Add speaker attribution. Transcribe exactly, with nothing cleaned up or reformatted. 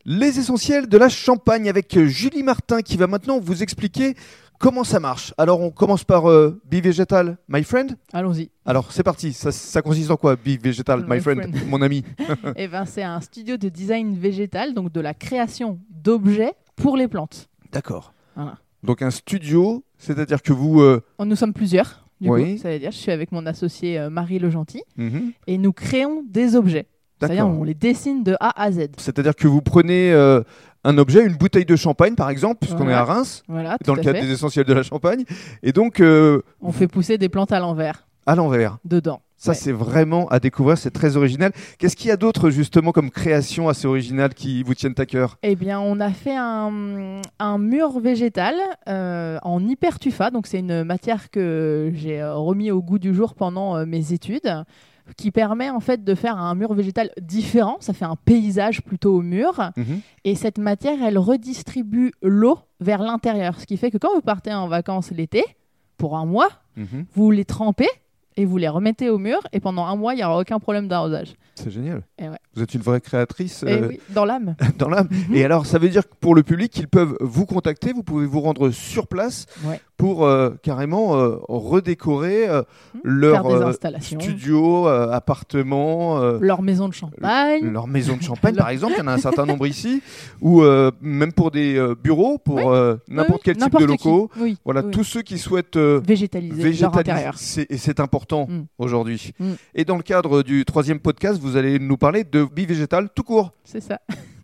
Speaker 1: Les essentiels de la Champagne avec Julie Martin qui va maintenant vous expliquer comment ça marche. Alors on commence par euh, Be Vegetal, my friend.
Speaker 2: Allons-y.
Speaker 1: Alors c'est parti, ça, ça consiste en quoi Be Vegetal, my,
Speaker 2: My
Speaker 1: friend,
Speaker 2: friend.
Speaker 1: mon ami?
Speaker 2: Eh ben, c'est un studio de design végétal, donc de la création d'objets pour les plantes.
Speaker 1: D'accord.
Speaker 2: Voilà.
Speaker 1: Donc un studio, c'est-à-dire que vous... euh,
Speaker 2: Nous sommes plusieurs, du
Speaker 1: Oui.
Speaker 2: coup, ça veut dire je suis avec mon associé euh, Marie Legentil
Speaker 1: mhm.
Speaker 2: et nous créons des objets. C'est-à-dire
Speaker 1: D'accord.
Speaker 2: on les dessine de A à Z.
Speaker 1: C'est-à-dire que vous prenez euh, un objet, une bouteille de champagne par exemple, puisqu'on
Speaker 2: Voilà.
Speaker 1: est à Reims,
Speaker 2: Voilà, tout
Speaker 1: dans le
Speaker 2: à
Speaker 1: cadre
Speaker 2: fait.
Speaker 1: des essentiels de la Champagne, et donc euh,
Speaker 2: On fait pousser des plantes à l'envers
Speaker 1: à l'envers.
Speaker 2: dedans.
Speaker 1: Ça,
Speaker 2: Ouais.
Speaker 1: c'est vraiment à découvrir, c'est très original. Qu'est-ce qu'il y a d'autre, justement, comme création assez originale qui vous tiennent à cœur?
Speaker 2: Eh bien, on a fait un, un mur végétal euh, en hypertufa. Donc, c'est une matière que j'ai euh, remis au goût du jour pendant euh, mes études, qui permet en fait de faire un mur végétal différent. Ça fait un paysage plutôt au mur.
Speaker 1: Mhm.
Speaker 2: Et cette matière, elle redistribue l'eau vers l'intérieur. Ce qui fait que quand vous partez en vacances l'été, pour un mois,
Speaker 1: Mhm.
Speaker 2: vous les trempez et vous les remettez au mur. Et pendant un mois, il n'y aura aucun problème d'arrosage.
Speaker 1: C'est génial.
Speaker 2: Et ouais.
Speaker 1: Vous êtes une vraie créatrice
Speaker 2: Et
Speaker 1: euh,
Speaker 2: oui, dans l'âme.
Speaker 1: dans l'âme.
Speaker 2: Mhm.
Speaker 1: Et alors, ça veut dire que pour le public, ils peuvent vous contacter, vous pouvez vous rendre sur place
Speaker 2: Ouais.
Speaker 1: pour euh, carrément euh, redécorer euh,
Speaker 2: Mhm.
Speaker 1: leur
Speaker 2: Faire des
Speaker 1: euh,
Speaker 2: installations.
Speaker 1: studio, euh, appartement, euh,
Speaker 2: Leur maison de champagne.
Speaker 1: leur maison de champagne,
Speaker 2: Leur-
Speaker 1: par exemple. Il y en a un certain nombre ici. Ou euh, même pour des euh, bureaux, pour
Speaker 2: Oui.
Speaker 1: euh, n'importe
Speaker 2: Oui,
Speaker 1: quel type
Speaker 2: n'importe
Speaker 1: de
Speaker 2: qui.
Speaker 1: locaux.
Speaker 2: Oui,
Speaker 1: Voilà,
Speaker 2: oui.
Speaker 1: tous ceux qui souhaitent euh,
Speaker 2: Végétaliser, leur
Speaker 1: végétaliser,
Speaker 2: intérieur.
Speaker 1: c'est- et c'est important
Speaker 2: Mm.
Speaker 1: aujourd'hui.
Speaker 2: Mm.
Speaker 1: Et dans le cadre du troisième podcast, vous allez nous parler de Be Végétal tout court.
Speaker 2: C'est ça.